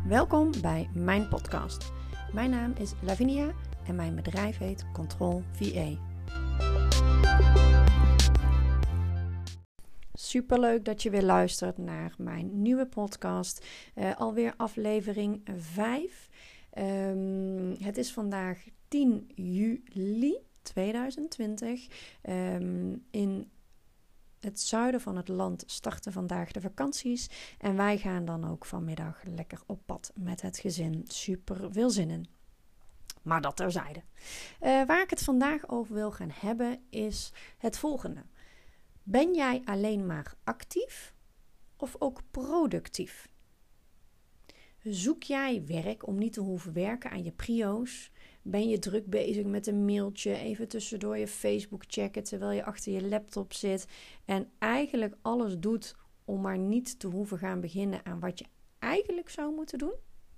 Welkom bij mijn podcast. Mijn naam is Lavinia en mijn bedrijf heet Control VA. Superleuk dat je weer luistert naar mijn nieuwe podcast. Alweer aflevering 5. Het is vandaag 10 juli 2020. In het zuiden van het land starten vandaag de vakanties. En wij gaan dan ook vanmiddag lekker op pad met het gezin. Super veel zin in. Maar dat terzijde. Waar ik het vandaag over wil gaan hebben is het volgende. Ben jij alleen maar actief of ook productief? Zoek jij werk om niet te hoeven werken aan je prio's? Ben je druk bezig met een mailtje, even tussendoor je Facebook checken terwijl je achter je laptop zit en eigenlijk alles doet om maar niet te hoeven gaan beginnen aan wat je eigenlijk zou moeten doen?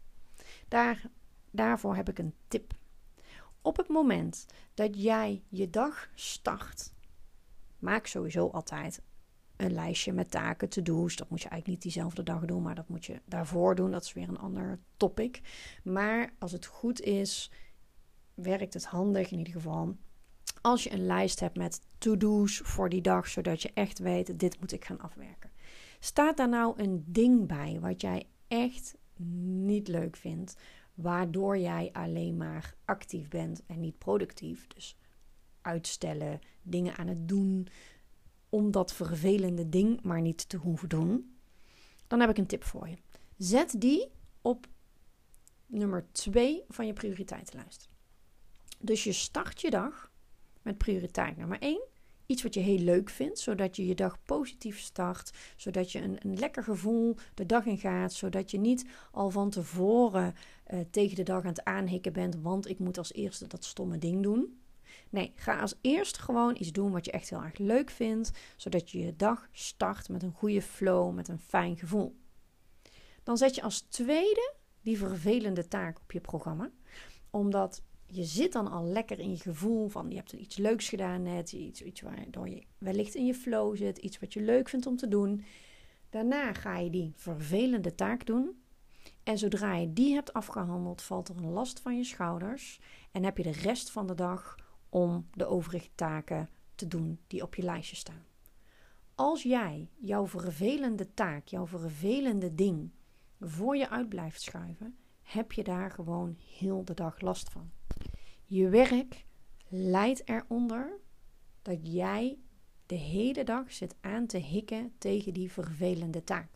Daarvoor heb ik een tip. Op het moment dat jij je dag start, maak sowieso altijd een lijstje met taken, to-do's. Dat moet je eigenlijk niet diezelfde dag doen, maar dat moet je daarvoor doen. Dat is weer een ander topic. Maar als het goed is, werkt het handig in ieder geval als je een lijst hebt met to-do's voor die dag, zodat je echt weet, dit moet ik gaan afwerken. Staat daar nou een ding bij wat jij echt niet leuk vindt, waardoor jij alleen maar actief bent en niet productief? Dus uitstellen, dingen aan het doen, om dat vervelende ding maar niet te hoeven doen, dan heb ik een tip voor je. Zet die op nummer 2 van je prioriteitenlijst. Dus je start je dag met prioriteit nummer 1. Iets wat je heel leuk vindt, zodat je je dag positief start. Zodat je een lekker gevoel de dag in gaat. Zodat je niet al van tevoren tegen de dag aan het aanhikken bent, want ik moet als eerste dat stomme ding doen. Nee, ga als eerste gewoon iets doen wat je echt heel erg leuk vindt, zodat je je dag start met een goede flow, met een fijn gevoel. Dan zet je als tweede die vervelende taak op je programma, omdat je zit dan al lekker in je gevoel van je hebt iets leuks gedaan net, iets waardoor je wellicht in je flow zit, iets wat je leuk vindt om te doen. Daarna ga je die vervelende taak doen en zodra je die hebt afgehandeld, valt er een last van je schouders en heb je de rest van de dag om de overige taken te doen die op je lijstje staan. Als jij jouw vervelende taak, jouw vervelende ding voor je uit blijft schuiven, heb je daar gewoon heel de dag last van. Je werk lijdt eronder dat jij de hele dag zit aan te hikken tegen die vervelende taak.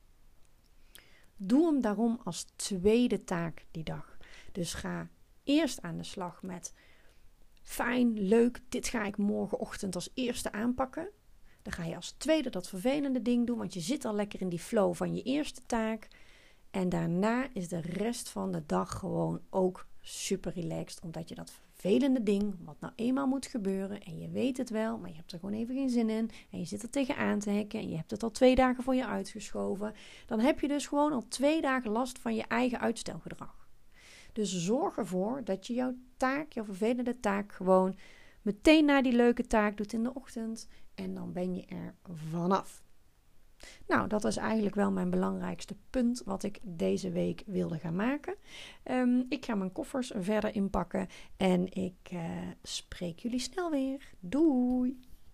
Doe hem daarom als tweede taak die dag. Dus ga eerst aan de slag met fijn, leuk, dit ga ik morgenochtend als eerste aanpakken. Dan ga je als tweede dat vervelende ding doen, want je zit al lekker in die flow van je eerste taak. En daarna is de rest van de dag gewoon ook super relaxed, omdat je dat vervelende ding, wat nou eenmaal moet gebeuren, en je weet het wel, maar je hebt er gewoon even geen zin in, en je zit er tegenaan te hikken, en je hebt het al 2 dagen voor je uitgeschoven, dan heb je dus gewoon al 2 dagen last van je eigen uitstelgedrag. Dus zorg ervoor dat je jouw taak, jouw vervelende taak, gewoon meteen na die leuke taak doet in de ochtend. En dan ben je er vanaf. Nou, dat is eigenlijk wel mijn belangrijkste punt wat ik deze week wilde gaan maken. Ik ga mijn koffers verder inpakken en ik spreek jullie snel weer. Doei!